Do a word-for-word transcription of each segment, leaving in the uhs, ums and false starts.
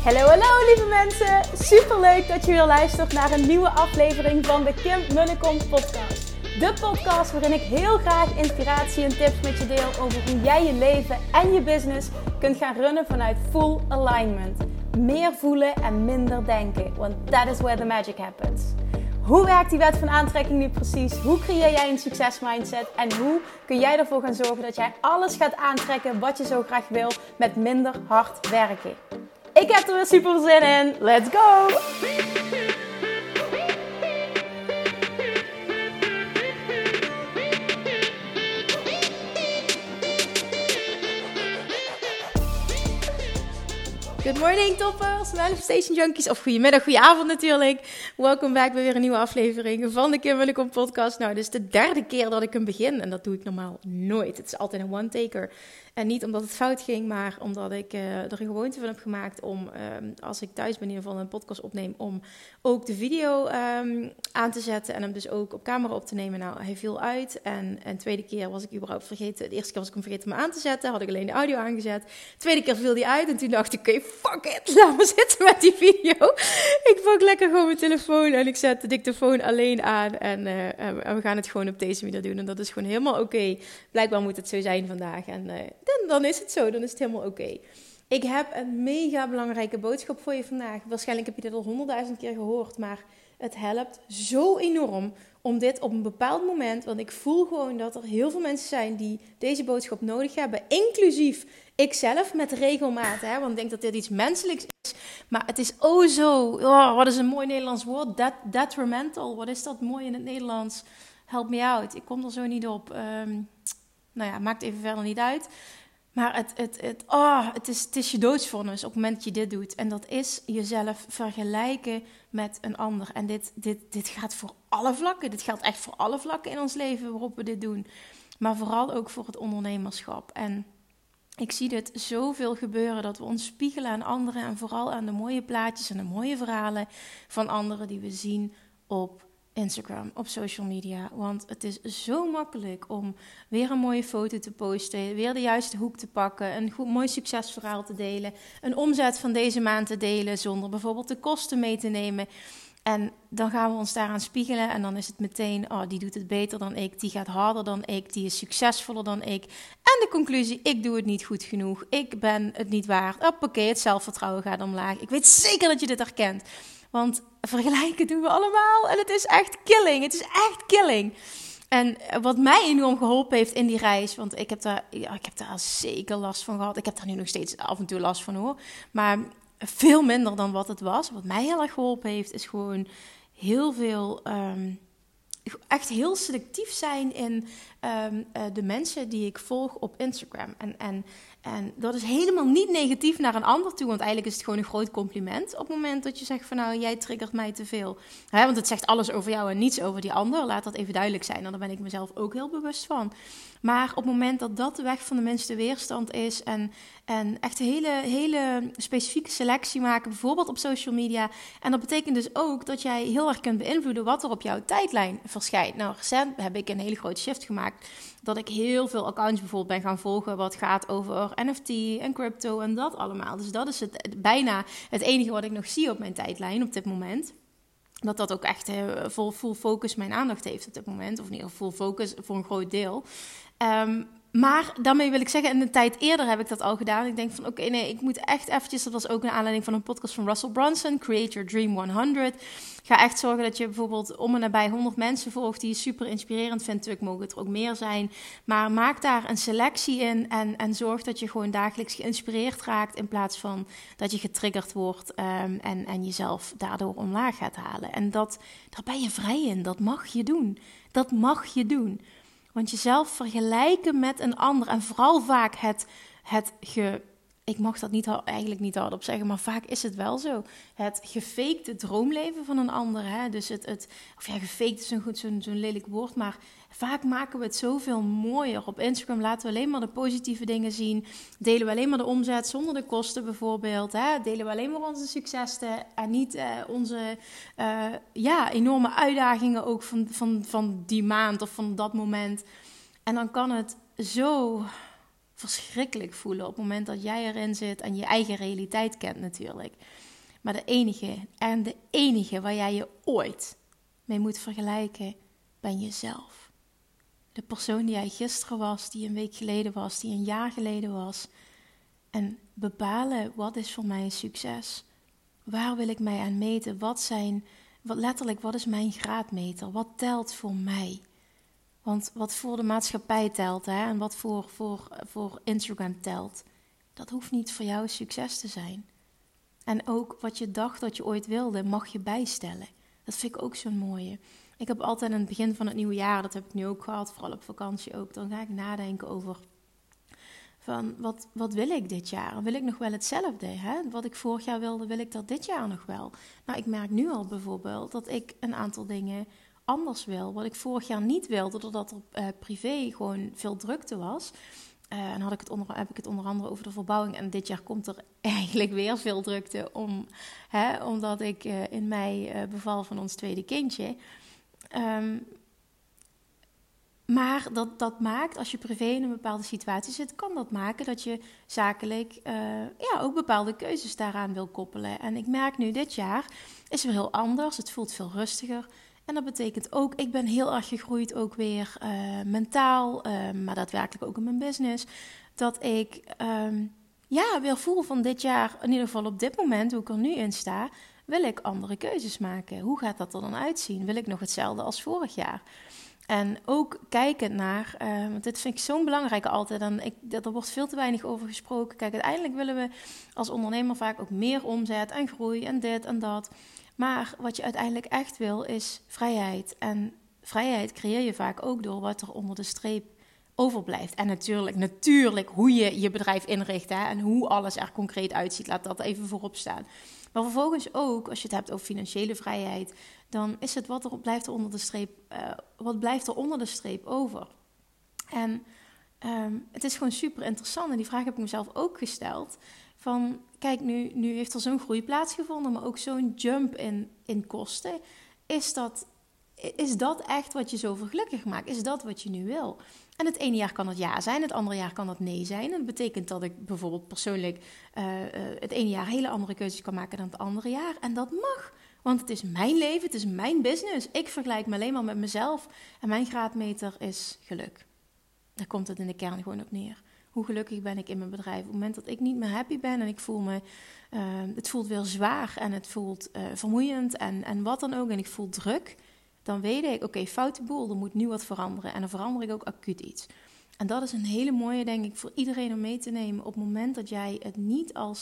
Hallo, hallo lieve mensen. Superleuk dat je weer luistert naar een nieuwe aflevering van de Kim Munnekom podcast. De podcast waarin ik heel graag inspiratie en tips met je deel over hoe jij je leven en je business kunt gaan runnen vanuit full alignment. Meer voelen en minder denken, want that is where the magic happens. Hoe werkt die wet van aantrekking nu precies? Hoe creëer jij een succesmindset? En hoe kun jij ervoor gaan zorgen dat jij alles gaat aantrekken wat je zo graag wil met minder hard werken? Ik heb er weer super zin in. Let's go! Good morning toppers, Manifestation Junkies, of goedemiddag, goedenavond natuurlijk. Welkom back bij weer een nieuwe aflevering van de Kim Munnekom podcast. Nou, dit is de derde keer dat ik hem begin en dat doe ik normaal nooit. Het is altijd een one-taker. En niet omdat het fout ging, maar omdat ik uh, er een gewoonte van heb gemaakt om, um, als ik thuis ben in ieder geval een podcast opneem, om ook de video um, aan te zetten en hem dus ook op camera op te nemen. Nou, hij viel uit en een tweede keer was ik überhaupt vergeten. De eerste keer was ik hem vergeten om aan te zetten, had ik alleen de audio aangezet. De tweede keer viel hij uit en toen dacht ik, oké, okay, fuck it, laat me zitten met die video. Ik pak lekker gewoon mijn telefoon en ik zet de dictafoon alleen aan en, uh, en we gaan het gewoon op deze manier doen. En dat is gewoon helemaal oké. Okay. Blijkbaar moet het zo zijn vandaag en uh, dan, dan is het zo, dan is het helemaal oké. Okay. Ik heb een mega belangrijke boodschap voor je vandaag. Waarschijnlijk heb je dit al honderdduizend keer gehoord, maar het helpt zo enorm om dit op een bepaald moment, want ik voel gewoon dat er heel veel mensen zijn die deze boodschap nodig hebben, inclusief ikzelf met regelmaat, hè, want ik denk dat dit iets menselijks is, maar het is oh zo, oh, wat is een mooi Nederlands woord, Dat, detrimental, wat is dat mooi in het Nederlands? Help me out, ik kom er zo niet op. Um, nou ja, maakt even verder niet uit. Maar het, het, het, oh, het, is, het is je doodsvonnis op het moment dat je dit doet. En dat is jezelf vergelijken met een ander. En dit, dit, dit gaat voor alle vlakken. Dit geldt echt voor alle vlakken in ons leven waarop we dit doen. Maar vooral ook voor het ondernemerschap. En ik zie dit zoveel gebeuren dat we ons spiegelen aan anderen. En vooral aan de mooie plaatjes en de mooie verhalen van anderen die we zien op Instagram, op social media. Want het is zo makkelijk om weer een mooie foto te posten, weer de juiste hoek te pakken, een goed, mooi succesverhaal te delen, een omzet van deze maand te delen zonder bijvoorbeeld de kosten mee te nemen. En dan gaan we ons daaraan spiegelen en dan is het meteen, oh, die doet het beter dan ik, die gaat harder dan ik, die is succesvoller dan ik. En de conclusie, ik doe het niet goed genoeg, ik ben het niet waard. Hoppakee, het zelfvertrouwen gaat omlaag. Ik weet zeker dat je dit herkent. Want vergelijken doen we allemaal en het is echt killing. Het is echt killing. En wat mij enorm geholpen heeft in die reis, want ik heb daar, ja, ik heb daar zeker last van gehad. Ik heb daar nu nog steeds af en toe last van hoor. Maar veel minder dan wat het was. Wat mij heel erg geholpen heeft, is gewoon heel veel, um, echt heel selectief zijn in um, uh, de mensen die ik volg op Instagram. En, en, en dat is helemaal niet negatief naar een ander toe, want eigenlijk is het gewoon een groot compliment op het moment dat je zegt van nou, jij triggert mij te veel. He, want het zegt alles over jou en niets over die ander. Laat dat even duidelijk zijn, en daar ben ik mezelf ook heel bewust van. Maar op het moment dat dat de weg van de minste weerstand is en, en echt een hele, hele specifieke selectie maken, bijvoorbeeld op social media. En dat betekent dus ook dat jij heel erg kunt beïnvloeden wat er op jouw tijdlijn verschijnt. Nou, recent heb ik een hele grote shift gemaakt. Dat ik heel veel accounts bijvoorbeeld ben gaan volgen wat gaat over N F T en crypto en dat allemaal. Dus dat is het, bijna het enige wat ik nog zie op mijn tijdlijn op dit moment. Dat dat ook echt uh, vol, full focus mijn aandacht heeft op dit moment. Of in ieder geval full focus voor een groot deel. Um, maar daarmee wil ik zeggen, in de tijd eerder heb ik dat al gedaan. Ik denk van oké, okay, nee, ik moet echt eventjes... Dat was ook naar aanleiding van een podcast van Russell Brunson. Create Your Dream honderd. Ga echt zorgen dat je bijvoorbeeld om en nabij honderd mensen volgt die je super inspirerend vindt. Natuurlijk mogen het er ook meer zijn. Maar maak daar een selectie in en, en zorg dat je gewoon dagelijks geïnspireerd raakt in plaats van dat je getriggerd wordt um, en, en jezelf daardoor omlaag gaat halen. En dat, daar ben je vrij in. Dat mag je doen. Dat mag je doen. Want jezelf vergelijken met een ander en vooral vaak het, het ge, ik mag dat niet, eigenlijk niet hardop zeggen, maar vaak is het wel zo. Het gefakte droomleven van een ander. Hè? Dus het, het, of ja, gefaked is een goed, zo'n, zo'n lelijk woord, maar vaak maken we het zoveel mooier. Op Instagram laten we alleen maar de positieve dingen zien. Delen we alleen maar de omzet zonder de kosten bijvoorbeeld. Hè? Delen we alleen maar onze successen en niet uh, onze uh, ja, enorme uitdagingen ook van, van, van die maand of van dat moment. En dan kan het zo verschrikkelijk voelen op het moment dat jij erin zit en je eigen realiteit kent natuurlijk. Maar de enige en de enige waar jij je ooit mee moet vergelijken, ben jezelf. De persoon die jij gisteren was, die een week geleden was, die een jaar geleden was. En bepalen, wat is voor mij een succes? Waar wil ik mij aan meten? Wat zijn, wat letterlijk, wat is mijn graadmeter? Wat telt voor mij? Want wat voor de maatschappij telt, hè, en wat voor, voor, voor Instagram telt, dat hoeft niet voor jou succes te zijn. En ook wat je dacht dat je ooit wilde, mag je bijstellen. Dat vind ik ook zo'n mooie. Ik heb altijd aan het begin van het nieuwe jaar, dat heb ik nu ook gehad, vooral op vakantie ook, dan ga ik nadenken over van wat, wat wil ik dit jaar? Wil ik nog wel hetzelfde? Hè? Wat ik vorig jaar wilde, wil ik dat dit jaar nog wel? Nou, ik merk nu al bijvoorbeeld dat ik een aantal dingen anders wil. Wat ik vorig jaar niet wilde, doordat er uh, privé gewoon veel drukte was. Uh, en had ik het onder, heb ik het onder andere over de verbouwing. En dit jaar komt er eigenlijk weer veel drukte om, hè, omdat ik uh, in mei uh, beval van ons tweede kindje. Um, maar dat, dat maakt, als je privé in een bepaalde situatie zit, kan dat maken dat je zakelijk uh, ja, ook bepaalde keuzes daaraan wil koppelen. En ik merk nu dit jaar is weer heel anders. Het voelt veel rustiger. En dat betekent ook, ik ben heel erg gegroeid ook weer uh, mentaal, uh, maar daadwerkelijk ook in mijn business. Dat ik um, ja, weer voel van dit jaar, in ieder geval op dit moment, hoe ik er nu in sta, wil ik andere keuzes maken. Hoe gaat dat er dan uitzien? Wil ik nog hetzelfde als vorig jaar? En ook kijken naar, uh, want dit vind ik zo'n belangrijke altijd. En ik, er wordt veel te weinig over gesproken. Kijk, uiteindelijk willen we als ondernemer vaak ook meer omzet en groei en dit en dat. Maar wat je uiteindelijk echt wil is vrijheid. En vrijheid creëer je vaak ook door wat er onder de streep overblijft. En natuurlijk, natuurlijk hoe je je bedrijf inricht, hè, en hoe alles er concreet uitziet. Laat dat even voorop staan. Maar vervolgens ook, als je het hebt over financiële vrijheid, dan is het wat er blijft er onder de streep, uh, wat blijft er onder de streep over. En um, het is gewoon super interessant. En die vraag heb ik mezelf ook gesteld. Van, kijk, nu, nu heeft er zo'n groei plaatsgevonden, maar ook zo'n jump in, in kosten. Is dat, is dat echt wat je zo gelukkig maakt? Is dat wat je nu wil? En het ene jaar kan dat ja zijn, het andere jaar kan dat nee zijn. En dat betekent dat ik bijvoorbeeld persoonlijk uh, uh, het ene jaar hele andere keuzes kan maken dan het andere jaar. En dat mag, want het is mijn leven, het is mijn business. Ik vergelijk me alleen maar met mezelf. En mijn graadmeter is geluk. Daar komt het in de kern gewoon op neer. Hoe gelukkig ben ik in mijn bedrijf? Op het moment dat ik niet meer happy ben en ik voel me, uh, het voelt weer zwaar en het voelt uh, vermoeiend en, en wat dan ook. En ik voel druk. Dan weet ik, oké, okay, foute boel, er moet nu wat veranderen. En dan verander ik ook acuut iets. En dat is een hele mooie, denk ik, voor iedereen om mee te nemen. Op het moment dat jij het niet als...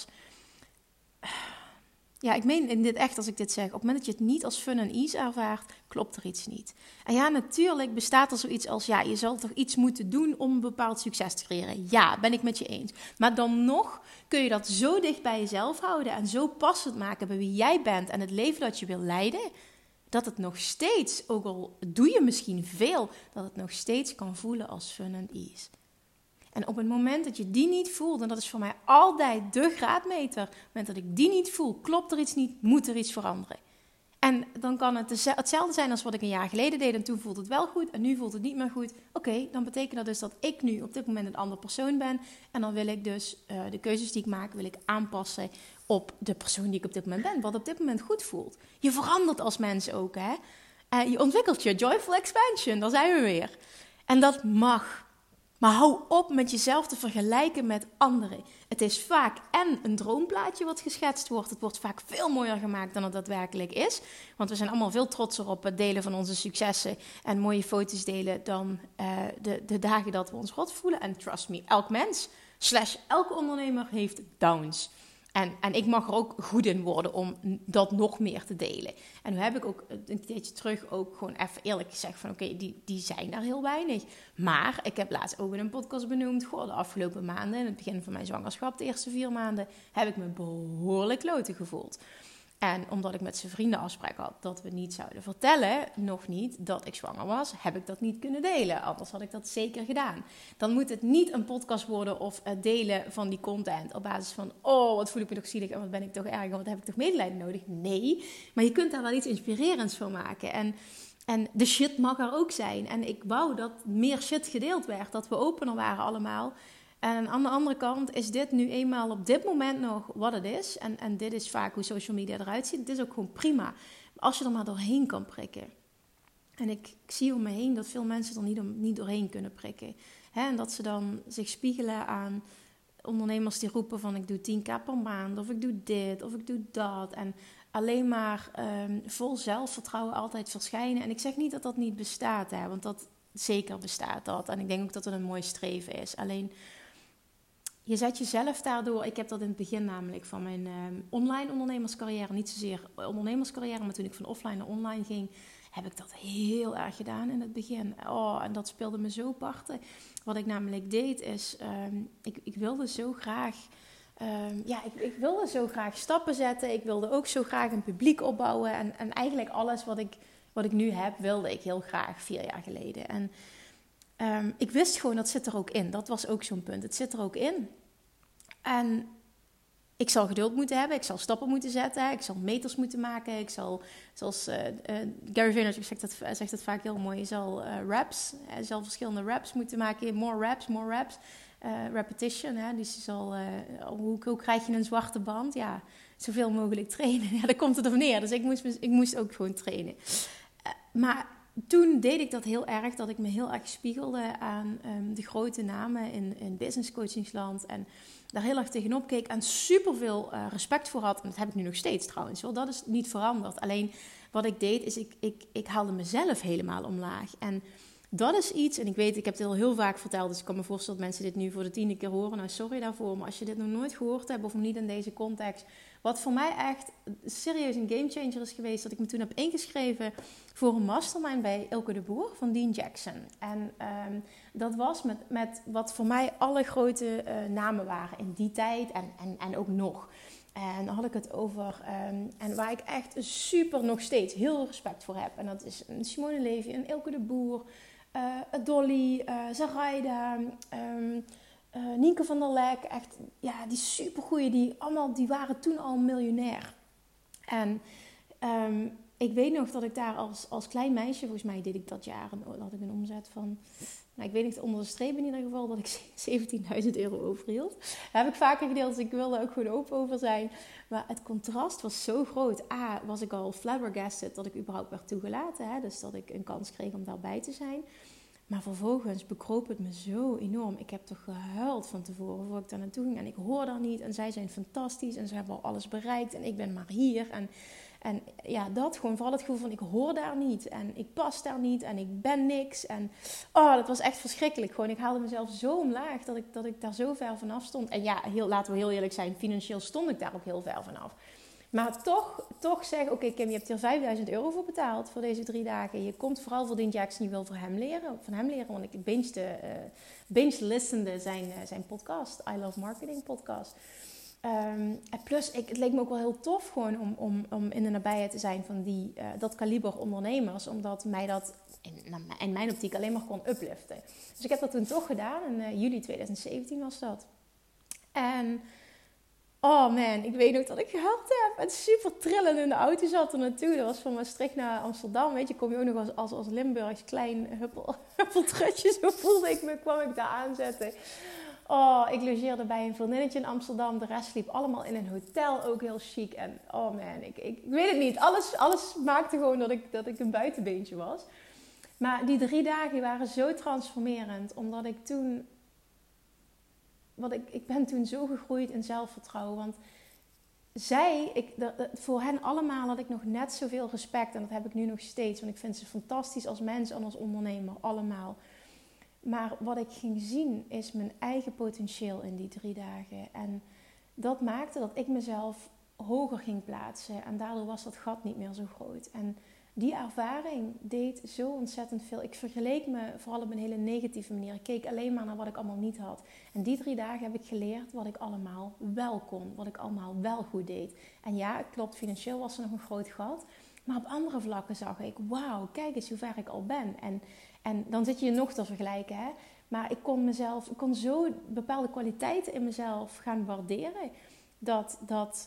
Ja, ik meen dit echt als ik dit zeg. Op het moment dat je het niet als fun en ease ervaart, klopt er iets niet. En ja, natuurlijk bestaat er zoiets als... Ja, je zal toch iets moeten doen om een bepaald succes te creëren. Ja, ben ik met je eens. Maar dan nog kun je dat zo dicht bij jezelf houden en zo passend maken bij wie jij bent en het leven dat je wil leiden, dat het nog steeds, ook al doe je misschien veel, dat het nog steeds kan voelen als fun and ease. En op het moment dat je die niet voelt, en dat is voor mij altijd de graadmeter, op het moment dat ik die niet voel, klopt er iets niet, moet er iets veranderen. En dan kan het hetzelfde zijn als wat ik een jaar geleden deed en toen voelt het wel goed en nu voelt het niet meer goed. Oké, okay, dan betekent dat dus dat ik nu op dit moment een andere persoon ben en dan wil ik dus uh, de keuzes die ik maak, wil ik aanpassen op de persoon die ik op dit moment ben, wat op dit moment goed voelt. Je verandert als mens ook, hè. Uh, je ontwikkelt je joyful expansion, daar zijn we weer. En dat mag. Maar hou op met jezelf te vergelijken met anderen. Het is vaak en een droomplaatje wat geschetst wordt. Het wordt vaak veel mooier gemaakt dan het daadwerkelijk is. Want we zijn allemaal veel trotser op het delen van onze successen en mooie foto's delen dan uh, de, de dagen dat we ons rot voelen. En trust me, elk mens, slash elke ondernemer heeft downs. En, en ik mag er ook goed in worden om dat nog meer te delen. En nu heb ik ook een tijdje terug ook gewoon even eerlijk gezegd van oké, okay, die, die zijn er heel weinig. Maar ik heb laatst ook in een podcast benoemd, goh, de afgelopen maanden, in het begin van mijn zwangerschap, de eerste vier maanden, heb ik me behoorlijk kloten gevoeld. En omdat ik met zijn vrienden afspraak had dat we niet zouden vertellen, nog niet, dat ik zwanger was, heb ik dat niet kunnen delen. Anders had ik dat zeker gedaan. Dan moet het niet een podcast worden of het delen van die content op basis van, oh, wat voel ik me toch zielig en wat ben ik toch erg en wat heb ik toch medelijden nodig. Nee, maar je kunt daar wel iets inspirerends van maken. En, en de shit mag er ook zijn. En ik wou dat meer shit gedeeld werd, dat we opener waren allemaal. En aan de andere kant is dit nu eenmaal op dit moment nog wat het is. En, en dit is vaak hoe social media eruit ziet. Het is ook gewoon prima. Als je er maar doorheen kan prikken. En ik, ik zie om me heen dat veel mensen er niet, om, niet doorheen kunnen prikken. Hè? En dat ze dan zich spiegelen aan ondernemers die roepen van ik doe tien k per maand. Of ik doe dit, of ik doe dat. En alleen maar um, vol zelfvertrouwen altijd verschijnen. En ik zeg niet dat dat niet bestaat. Hè? Want dat zeker bestaat dat. En ik denk ook dat het een mooi streven is. Alleen je zet jezelf daardoor... Ik heb dat in het begin namelijk van mijn um, online ondernemerscarrière... niet zozeer ondernemerscarrière, maar toen ik van offline naar online ging... heb ik dat heel erg gedaan in het begin. Oh, en dat speelde me zo parten. Wat ik namelijk deed is... Um, ik, ik wilde zo graag... Um, ja, ik, ik wilde zo graag stappen zetten. Ik wilde ook zo graag een publiek opbouwen. En, en eigenlijk alles wat ik, wat ik nu heb, wilde ik heel graag vier jaar geleden. En um, ik wist gewoon, dat zit er ook in. Dat was ook zo'n punt. Het zit er ook in. En ik zal geduld moeten hebben. Ik zal stappen moeten zetten. Ik zal meters moeten maken. Ik zal, zoals uh, uh, Gary Vaynerchuk zegt dat, zegt dat vaak heel mooi. Je zal uh, reps, je zal verschillende reps moeten maken. More reps, more reps. Uh, repetition, hè? Dus je zal, uh, hoe, hoe krijg je een zwarte band? Ja, zoveel mogelijk trainen. Ja, daar komt het op neer. Dus ik moest, ik moest ook gewoon trainen. Uh, maar toen deed ik dat heel erg, dat ik me heel erg spiegelde aan um, de grote namen in, in business coachingsland. En daar heel erg tegenop keek en superveel uh, respect voor had. En dat heb ik nu nog steeds trouwens. Wel. Dat is niet veranderd. Alleen wat ik deed, is ik, ik, ik haalde mezelf helemaal omlaag. En dat is iets, en ik weet, ik heb het al heel vaak verteld, dus ik kan me voorstellen dat mensen dit nu voor de tiende keer horen. Nou, sorry daarvoor, maar als je dit nog nooit gehoord hebt of nog niet in deze context. Wat voor mij echt serieus een gamechanger is geweest, dat ik me toen heb ingeschreven voor een mastermind bij Ilke de Boer van Dean Jackson. En um, dat was met, met wat voor mij alle grote uh, namen waren in die tijd en, en, en ook nog. En dan had ik het over, um, en waar ik echt super nog steeds heel veel respect voor heb. En dat is een Simone Levy, een Ilke de Boer, uh, Dolly, uh, Zaraida, um, uh, Nienke van der Lek. Echt, ja, die supergoeie, die allemaal, die waren toen al miljonair. En um, ik weet nog dat ik daar als, als klein meisje, volgens mij deed ik dat jaar, en had ik een omzet van... Nou, ik weet niet, onder de streep in ieder geval, dat ik zeventienduizend euro overhield. Dat heb ik vaker gedeeld, dus ik wilde ook gewoon open over zijn. Maar het contrast was zo groot. A, was ik al flabbergasted dat ik überhaupt werd toegelaten. Hè? Dus dat ik een kans kreeg om daarbij te zijn. Maar vervolgens bekroop het me zo enorm. Ik heb toch gehuild van tevoren voordat ik daar naartoe ging. En ik hoor daar niet. En zij zijn fantastisch. En ze hebben al alles bereikt. En ik ben maar hier. En, en ja, dat gewoon. Vooral het gevoel van ik hoor daar niet. En ik pas daar niet. En ik ben niks. En oh, dat was echt verschrikkelijk. Gewoon, ik haalde mezelf zo omlaag dat ik, dat ik daar zo ver vanaf stond. En ja, heel, laten we heel eerlijk zijn. Financieel stond ik daar ook heel ver vanaf. Maar toch, toch zeggen, oké okay, Kim, je hebt hier vijfduizend euro voor betaald voor deze drie dagen. Je komt vooral voor Dean Jackson, je wil voor hem leren, van hem leren. Want ik binge, uh, binge listende zijn, uh, zijn podcast, I Love Marketing podcast. Um, en plus, ik, het leek me ook wel heel tof gewoon om, om, om in de nabijheid te zijn van die, uh, dat kaliber ondernemers. Omdat mij dat in, in mijn optiek alleen maar kon upliften. Dus ik heb dat toen toch gedaan. In uh, juli tweeduizend zeventien was dat. En... oh man, ik weet nog dat ik gehuild heb. En super trillend in de auto zat er naartoe. Dat was van Maastricht naar Amsterdam. Weet je, kom je ook nog als, als, als Limburgs klein huppel, huppeltrutje. Zo voelde ik me, kwam ik daar aanzetten. Oh, ik logeerde bij een vriendinnetje in Amsterdam. De rest liep allemaal in een hotel, ook heel chic. En oh man, ik, ik, ik weet het niet. Alles, alles maakte gewoon dat ik, dat ik een buitenbeentje was. Maar die drie dagen waren zo transformerend. Omdat ik toen... Want ik, ik ben toen zo gegroeid in zelfvertrouwen. Want zij, ik, de, de, voor hen allemaal had ik nog net zoveel respect. En dat heb ik nu nog steeds. Want ik vind ze fantastisch als mens en als ondernemer. Allemaal. Maar wat ik ging zien is mijn eigen potentieel in die drie dagen. En dat maakte dat ik mezelf hoger ging plaatsen. En daardoor was dat gat niet meer zo groot. En die ervaring deed zo ontzettend veel. Ik vergeleek me vooral op een hele negatieve manier. Ik keek alleen maar naar wat ik allemaal niet had. En die drie dagen heb ik geleerd wat ik allemaal wel kon. Wat ik allemaal wel goed deed. En ja, het klopt, financieel was er nog een groot gat. Maar op andere vlakken zag ik, wauw, kijk eens hoe ver ik al ben. En, en dan zit je je nog te vergelijken, hè. Maar ik kon mezelf, ik kon zo bepaalde kwaliteiten in mezelf gaan waarderen. Dat... dat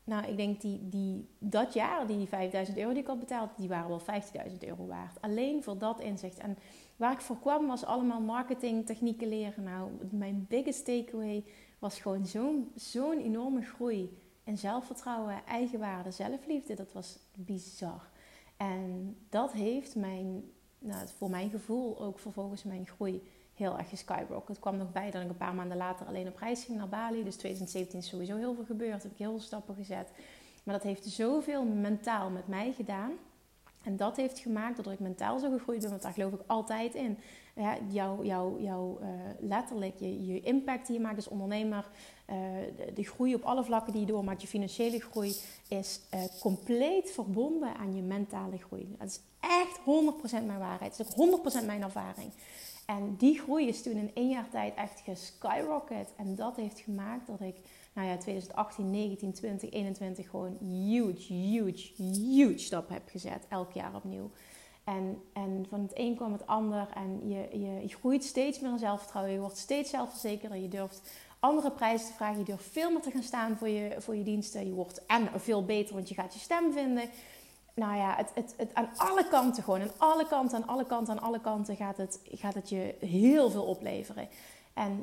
nou, ik denk die, die, dat jaar, die vijfduizend euro die ik had betaald, die waren wel vijftigduizend euro waard. Alleen voor dat inzicht. En waar ik voor kwam was allemaal marketingtechnieken leren. Nou, mijn biggest takeaway was gewoon zo'n, zo'n enorme groei in zelfvertrouwen, eigenwaarde, zelfliefde. Dat was bizar. En dat heeft mijn, nou, voor mijn gevoel ook vervolgens mijn groei heel erg geskyrocket. Het kwam nog bij dat ik een paar maanden later alleen op reis ging naar Bali. Dus twintig zeventien is sowieso heel veel gebeurd. Heb ik heel veel stappen gezet. Maar dat heeft zoveel mentaal met mij gedaan. En dat heeft gemaakt dat ik mentaal zo gegroeid ben. Want daar geloof ik altijd in. Ja, jouw jou, jou, uh, letterlijk je, je impact die je maakt als ondernemer. Uh, de, de groei op alle vlakken die je doormaakt. Je financiële groei is uh, compleet verbonden aan je mentale groei. Dat is echt honderd procent mijn waarheid. Het is ook honderd procent mijn ervaring. En die groei is toen in één jaar tijd echt geskyrocket. En dat heeft gemaakt dat ik, nou ja, twintig achttien, negentien, twintig, eenentwintig gewoon huge, huge, huge stap heb gezet. Elk jaar opnieuw. En, en van het een kwam het ander. En je, je, je groeit steeds meer in zelfvertrouwen. Je wordt steeds zelfverzekerder. Je durft andere prijzen te vragen. Je durft veel meer te gaan staan voor je, voor je diensten. Je wordt en veel beter, want je gaat je stem vinden. Nou ja, het, het, het, aan alle kanten gewoon. Aan alle kanten, aan alle kanten, aan alle kanten gaat het, gaat het je heel veel opleveren. En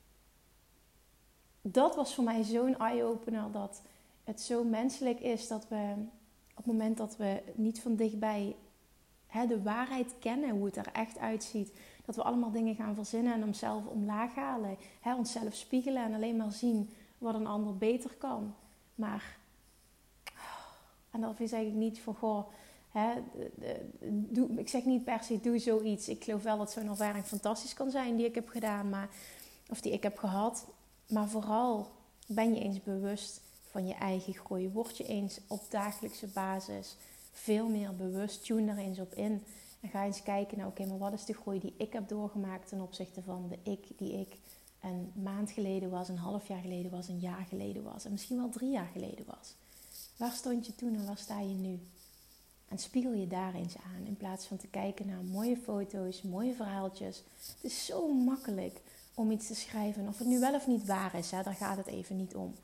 dat was voor mij zo'n eye-opener. Dat het zo menselijk is dat we op het moment dat we niet van dichtbij hè, de waarheid kennen. Hoe het er echt uitziet. Dat we allemaal dingen gaan verzinnen en onszelf omlaag halen. Hè, onszelf spiegelen en alleen maar zien wat een ander beter kan. Maar... En dat is eigenlijk niet van, goh, hè, doe, ik zeg niet per se, doe zoiets. Ik geloof wel dat zo'n ervaring fantastisch kan zijn die ik heb gedaan, maar, of die ik heb gehad. Maar vooral ben je eens bewust van je eigen groei. Word je eens op dagelijkse basis veel meer bewust. Tune er eens op in. En ga eens kijken naar, oké, okay, maar wat is de groei die ik heb doorgemaakt ten opzichte van de ik die ik een maand geleden was, een half jaar geleden was, een jaar geleden was. En misschien wel drie jaar geleden was. Waar stond je toen en waar sta je nu? En spiegel je daar eens aan. In plaats van te kijken naar mooie foto's, mooie verhaaltjes. Het is zo makkelijk om iets te schrijven. Of het nu wel of niet waar is, hè, daar gaat het even niet om.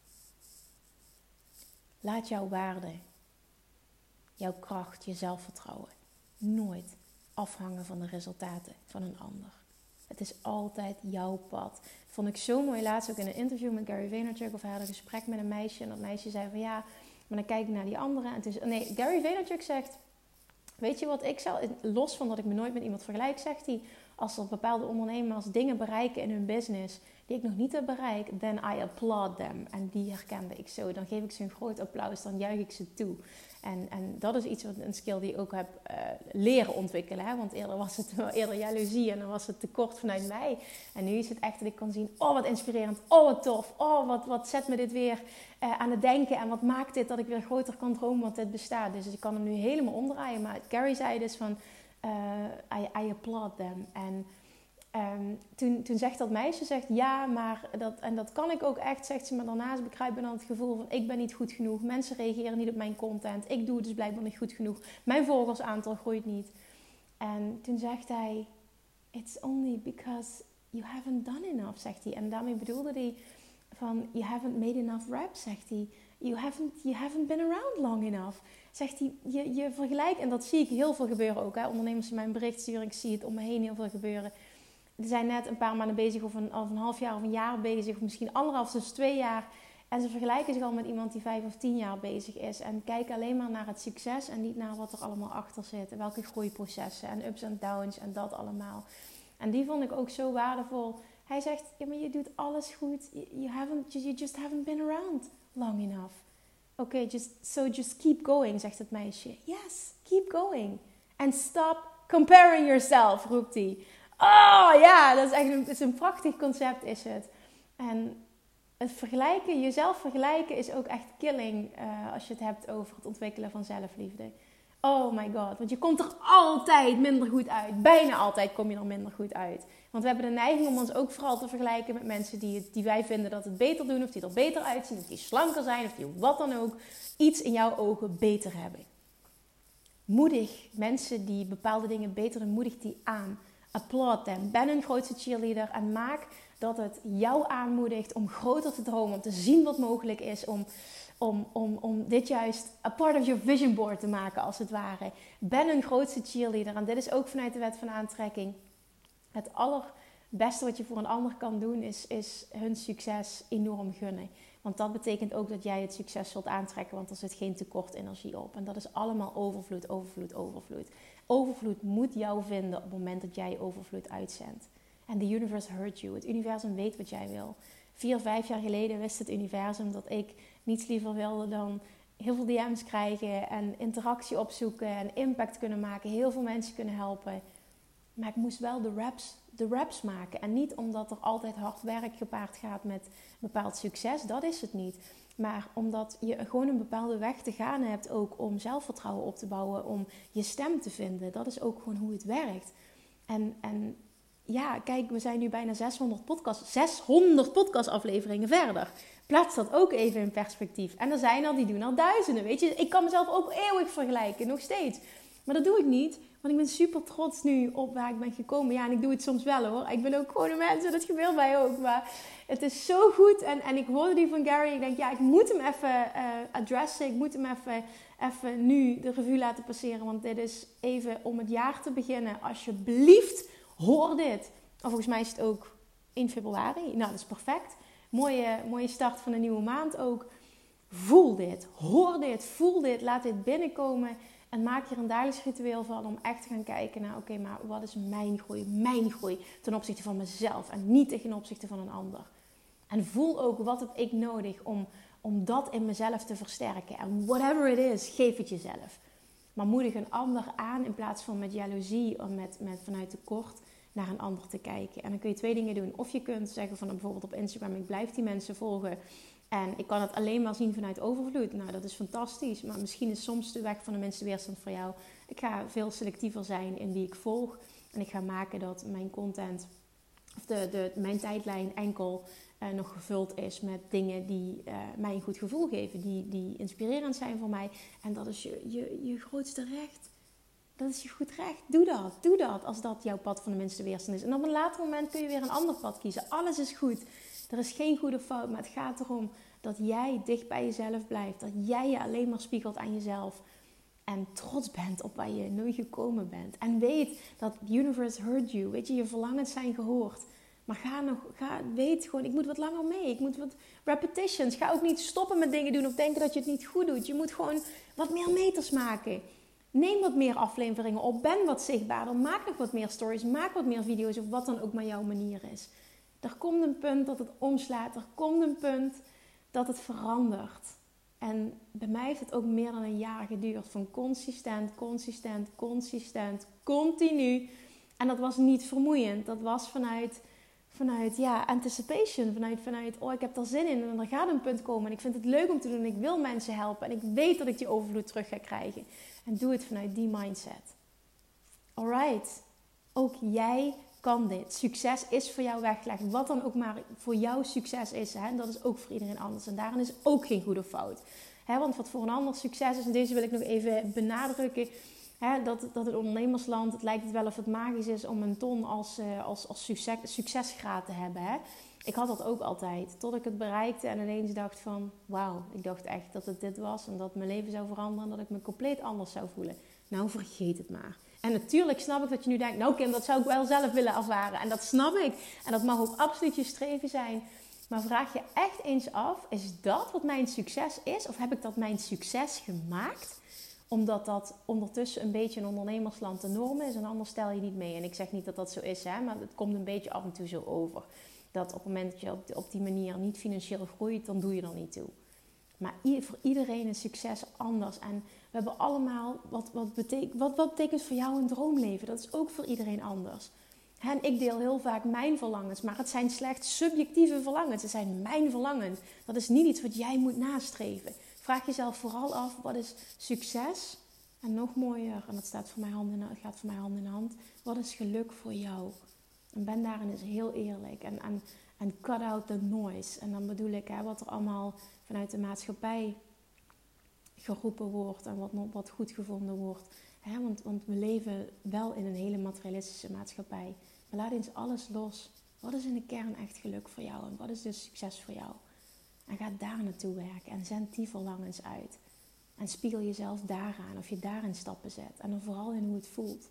Laat jouw waarde, jouw kracht, je zelfvertrouwen nooit afhangen van de resultaten van een ander. Het is altijd jouw pad. Vond ik zo mooi laatst ook in een interview met Gary Vaynerchuk. Of hij had een gesprek met een meisje. En dat meisje zei van ja, maar dan kijk ik naar die anderen. En het is, nee, Gary Vaynerchuk zegt, weet je wat ik zou... Los van dat ik me nooit met iemand vergelijk, zegt hij. Als er bepaalde ondernemers dingen bereiken in hun business die ik nog niet heb bereikt, then I applaud them. En die herkende ik zo. Dan geef ik ze een groot applaus, dan juich ik ze toe. En, en dat is iets, wat, een skill die ik ook heb uh, leren ontwikkelen. Hè? Want eerder was het wel eerder jaloezie en dan was het tekort vanuit mij. En nu is het echt dat ik kan zien, oh wat inspirerend, oh wat tof. Oh wat, wat zet me dit weer uh, aan het denken. En wat maakt dit dat ik weer groter kan dromen, want dit bestaat. Dus ik kan hem nu helemaal omdraaien. Maar Gary zei dus van, uh, I, I applaud them. En um, toen, toen zegt dat meisje, zegt ja, maar dat, en dat kan ik ook echt, zegt ze. Maar daarnaast begrijp ik dan het gevoel van, ik ben niet goed genoeg. Mensen reageren niet op mijn content. Ik doe het dus blijkbaar niet goed genoeg. Mijn volgersaantal groeit niet. En toen zegt hij, it's only because you haven't done enough, zegt hij. En daarmee bedoelde hij van, you haven't made enough reps, zegt hij. You haven't, you haven't been around long enough. Zegt hij, je, je vergelijkt, en dat zie ik heel veel gebeuren ook. Hè? Ondernemers die mij een bericht sturen, ik zie het om me heen heel veel gebeuren. Die zijn net een paar maanden bezig, of een, of een half jaar of een jaar bezig, of misschien anderhalf, dus twee jaar. En ze vergelijken zich al met iemand die vijf of tien jaar bezig is. En kijken alleen maar naar het succes en niet naar wat er allemaal achter zit. En welke groeiprocessen en ups en downs en dat allemaal. En die vond ik ook zo waardevol. Hij zegt, ja, maar je doet alles goed. You, haven't, you just haven't been around long enough. Oké, okay, just, so just keep going, zegt het meisje. Yes, keep going. And stop comparing yourself, roept hij. Oh ja, dat is echt een, het is een prachtig concept, is het. En het vergelijken, jezelf vergelijken is ook echt killing uh, als je het hebt over het ontwikkelen van zelfliefde. Oh my god, want je komt er altijd minder goed uit. Bijna altijd kom je er minder goed uit. Want we hebben de neiging om ons ook vooral te vergelijken met mensen die, het, die wij vinden dat het beter doen. Of die er beter uitzien, of die slanker zijn, of die wat dan ook. Iets in jouw ogen beter hebben. Moedig mensen die bepaalde dingen beter doen, moedig die aan. Applaud them. Ben een grootste cheerleader en maak dat het jou aanmoedigt om groter te dromen, om te zien wat mogelijk is, om, Om, om, om dit juist a part of your vision board te maken, als het ware. Ben een grootste cheerleader. En dit is ook vanuit de wet van aantrekking. Het allerbeste wat je voor een ander kan doen, is, is hun succes enorm gunnen. Want dat betekent ook dat jij het succes zult aantrekken, want er zit geen tekort energie op. En dat is allemaal overvloed, overvloed, overvloed. Overvloed moet jou vinden op het moment dat jij overvloed uitzendt. En the universe heard you. Het universum weet wat jij wil. Vier, vijf jaar geleden wist het universum dat ik niets liever wilde dan heel veel D M's krijgen en interactie opzoeken en impact kunnen maken. Heel veel mensen kunnen helpen. Maar ik moest wel de reps, de reps maken. En niet omdat er altijd hard werk gepaard gaat met bepaald succes. Dat is het niet. Maar omdat je gewoon een bepaalde weg te gaan hebt ook om zelfvertrouwen op te bouwen. Om je stem te vinden. Dat is ook gewoon hoe het werkt. En, en ja, kijk, we zijn nu bijna zeshonderd podcast, zeshonderd podcastafleveringen verder. Plaats dat ook even in perspectief. En er zijn er die doen al duizenden, weet je. Ik kan mezelf ook eeuwig vergelijken, nog steeds. Maar dat doe ik niet, want ik ben super trots nu op waar ik ben gekomen. Ja, en ik doe het soms wel hoor. Ik ben ook gewoon een mens en dat gebeurt mij ook. Maar het is zo goed. En, en ik hoorde die van Gary. Ik denk, ja, ik moet hem even uh, adressen. Ik moet hem even, even nu de revue laten passeren. Want dit is even om het jaar te beginnen. Alsjeblieft, hoor dit. Of volgens mij is het ook in februari. Nou, dat is perfect. Mooie, mooie start van een nieuwe maand ook. Voel dit, hoor dit, voel dit. Laat dit binnenkomen. En maak er een dagelijks ritueel van om echt te gaan kijken naar... Oké, okay, maar wat is mijn groei? Mijn groei ten opzichte van mezelf. En niet ten opzichte van een ander. En voel ook, wat heb ik nodig om, om dat in mezelf te versterken. En whatever it is, geef het jezelf. Maar moedig een ander aan in plaats van met jaloezie of met, met vanuit tekort naar een ander te kijken. En dan kun je twee dingen doen. Of je kunt zeggen van bijvoorbeeld op Instagram, ik blijf die mensen volgen. En ik kan het alleen maar zien vanuit overvloed. Nou, dat is fantastisch. Maar misschien is soms de weg van de minste weerstand voor jou. Ik ga veel selectiever zijn in wie ik volg. En ik ga maken dat mijn content, of de, de, mijn tijdlijn enkel uh, nog gevuld is met dingen die uh, mij een goed gevoel geven. Die, die inspirerend zijn voor mij. En dat is je, je, je grootste recht. Dat is je goed recht. Doe dat. Doe dat als dat jouw pad van de minste weerstand is. En op een later moment kun je weer een ander pad kiezen. Alles is goed. Er is geen goede fout. Maar het gaat erom dat jij dicht bij jezelf blijft. Dat jij je alleen maar spiegelt aan jezelf. En trots bent op waar je nu gekomen bent. En weet dat the universe heard you. Weet je, je verlangens zijn gehoord. Maar ga nog, ga, weet gewoon, ik moet wat langer mee. Ik moet wat repetitions. Ga ook niet stoppen met dingen doen of denken dat je het niet goed doet. Je moet gewoon wat meer meters maken. Neem wat meer afleveringen op. Ben wat zichtbaarder. Maak nog wat meer stories. Maak wat meer video's. Of wat dan ook maar jouw manier is. Er komt een punt dat het omslaat. Er komt een punt dat het verandert. En bij mij heeft het ook meer dan een jaar geduurd. Van consistent, consistent, consistent, continu. En dat was niet vermoeiend. Dat was vanuit, vanuit ja, anticipation. Vanuit, vanuit, oh, ik heb er zin in. En er gaat een punt komen. En ik vind het leuk om te doen. En ik wil mensen helpen. En ik weet dat ik die overvloed terug ga krijgen. En doe het vanuit die mindset. Alright. Ook jij kan dit. Succes is voor jou weggelegd. Wat dan ook maar voor jou succes is. Hè? Dat is ook voor iedereen anders. En daarin is ook geen goede fout. Hè? Want wat voor een ander succes is. En deze wil ik nog even benadrukken. Hè? Dat, dat het ondernemersland. Het lijkt het wel of het magisch is om een ton als, uh, als, als succes, succesgraad te hebben. Hè? Ik had dat ook altijd. Tot ik het bereikte en ineens dacht van... Wauw, ik dacht echt dat het dit was. En dat mijn leven zou veranderen. En dat ik me compleet anders zou voelen. Nou, vergeet het maar. En natuurlijk snap ik dat je nu denkt... Nou Kim, dat zou ik wel zelf willen ervaren. En dat snap ik. En dat mag ook absoluut je streven zijn. Maar vraag je echt eens af... Is dat wat mijn succes is? Of heb ik dat mijn succes gemaakt? Omdat dat ondertussen een beetje een ondernemersland de norm is. En anders stel je niet mee. En ik zeg niet dat dat zo is. Hè, maar het komt een beetje af en toe zo over. Dat op het moment dat je op die, op die manier niet financieel groeit... Dan doe je er niet toe. Maar voor iedereen is succes anders. En we hebben allemaal... Wat, wat, betekent, wat, wat betekent voor jou een droomleven? Dat is ook voor iedereen anders. En ik deel heel vaak mijn verlangens. Maar het zijn slechts subjectieve verlangens. Het zijn mijn verlangens. Dat is niet iets wat jij moet nastreven. Vraag jezelf vooral af, wat is succes? En nog mooier, en dat staat voor mij hand in, het gaat voor mij hand in hand. Wat is geluk voor jou? En ben daarin eens heel eerlijk. En, en, en cut out the noise. En dan bedoel ik hè, wat er allemaal vanuit de maatschappij geroepen wordt. En wat, wat goed gevonden wordt. Hè, want, want we leven wel in een hele materialistische maatschappij. Maar laat eens alles los. Wat is in de kern echt geluk voor jou? En wat is dus succes voor jou? En ga daar naartoe werken en zend die verlangens uit. En spiegel jezelf daaraan of je daarin stappen zet. En dan vooral in hoe het voelt.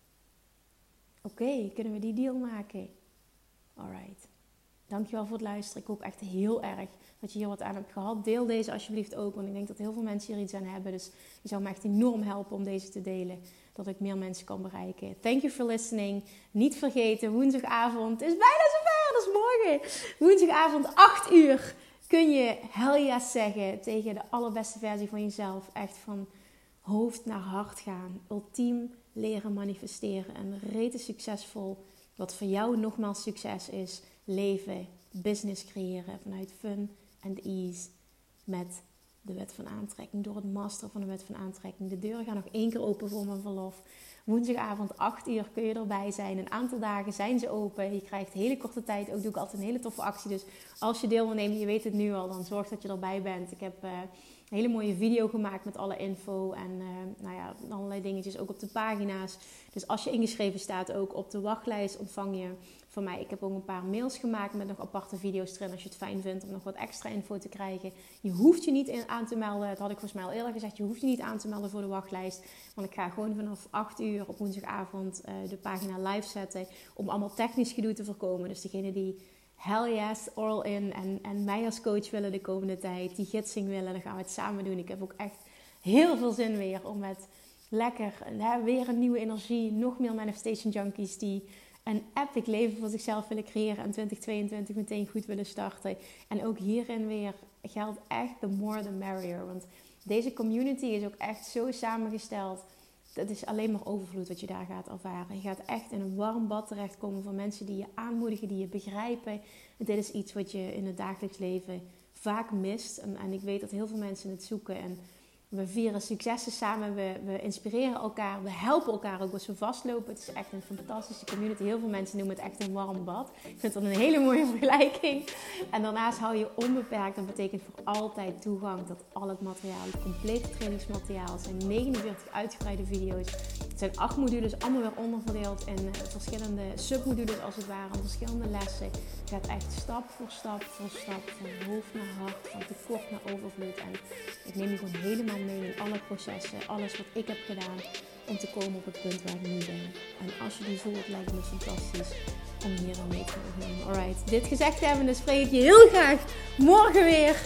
Oké, okay, kunnen we die deal maken? Alright. Dankjewel voor het luisteren. Ik hoop echt heel erg dat je hier wat aan hebt gehad. Deel deze alsjeblieft ook, want ik denk dat heel veel mensen hier iets aan hebben. Dus je zou me echt enorm helpen om deze te delen. Dat ik meer mensen kan bereiken. Thank you for listening. Niet vergeten, woensdagavond. Het is bijna zover, dat is morgen. Woensdagavond, acht uur. Kun je hell yes zeggen tegen de allerbeste versie van jezelf. Echt van hoofd naar hart gaan. Ultiem leren manifesteren. En rete succesvol. Wat voor jou nogmaals succes is. Leven, business creëren vanuit fun and ease. Met de wet van aantrekking. Door het masteren van de wet van aantrekking. De deuren gaan nog één keer open voor mijn verlof. Woensdagavond acht uur kun je erbij zijn. Een aantal dagen zijn ze open. Je krijgt hele korte tijd. Ook doe ik altijd een hele toffe actie. Dus als je deel wil nemen, je weet het nu al. Dan zorg dat je erbij bent. Ik heb uh, een hele mooie video gemaakt met alle info. En uh, nou ja, allerlei dingetjes ook op de pagina's. Dus als je ingeschreven staat ook op de wachtlijst ontvang je van mij. Ik heb ook een paar mails gemaakt met nog aparte video's erin. Als je het fijn vindt om nog wat extra info te krijgen. Je hoeft je niet in aan te melden. Dat had ik volgens mij al eerder gezegd. Je hoeft je niet aan te melden voor de wachtlijst. Want ik ga gewoon vanaf acht uur op woensdagavond uh, de pagina live zetten. Om allemaal technisch gedoe te voorkomen. Dus degene die hell yes, all in en, en mij als coach willen de komende tijd. Die gidsing willen, dan gaan we het samen doen. Ik heb ook echt heel veel zin weer om met lekker, hè, weer een nieuwe energie. Nog meer Manifestation Junkies die een epic leven voor zichzelf willen creëren. En twintig tweeëntwintig meteen goed willen starten. En ook hierin weer geldt echt the more the merrier. Want deze community is ook echt zo samengesteld. Het is alleen maar overvloed wat je daar gaat ervaren. Je gaat echt in een warm bad terechtkomen van mensen die je aanmoedigen, die je begrijpen. En dit is iets wat je in het dagelijks leven vaak mist. En, en ik weet dat heel veel mensen het zoeken. En we vieren successen samen, we, we inspireren elkaar, we helpen elkaar ook als we vastlopen. Het is echt een fantastische community. Heel veel mensen noemen het echt een warm bad. Ik vind dat een hele mooie vergelijking. En daarnaast hou je onbeperkt. Dat betekent voor altijd toegang tot al het materiaal. Het complete trainingsmateriaal. Het zijn negenenveertig uitgebreide video's. Het zijn acht modules, allemaal weer onderverdeeld in uh, verschillende submodules als het ware. Verschillende lessen. Je gaat echt stap voor stap voor stap van hoofd naar hart, van tekort naar overvloed. En ik neem je gewoon helemaal mee in alle processen, alles wat ik heb gedaan om te komen op het punt waar ik nu ben. En als je die voelt, lijkt me fantastisch om hier aan mee te mogen. Alright, dit gezegd hebbende spreek ik je heel graag morgen weer.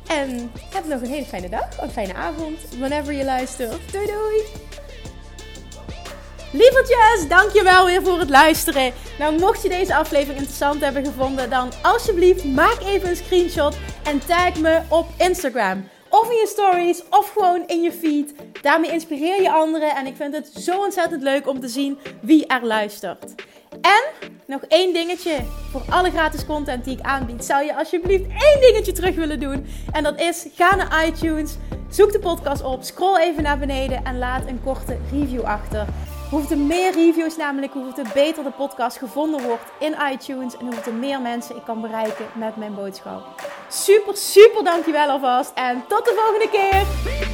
En heb nog een hele fijne dag, een fijne avond, whenever je luistert. Doei doei! Lievertjes, dankjewel weer voor het luisteren. Nou, mocht je deze aflevering interessant hebben gevonden, dan alsjeblieft maak even een screenshot en tag me op Instagram. Of in je stories, of gewoon in je feed. Daarmee inspireer je anderen. En ik vind het zo ontzettend leuk om te zien wie er luistert. En nog één dingetje. Voor alle gratis content die ik aanbied, zou je alsjeblieft één dingetje terug willen doen. En dat is, ga naar iTunes, zoek de podcast op, scroll even naar beneden en laat een korte review achter. Hoeveel er meer reviews namelijk, hoeveel er beter de podcast gevonden wordt in iTunes. En hoeveel er meer mensen ik kan bereiken met mijn boodschap. Super, super dankjewel alvast. En tot de volgende keer.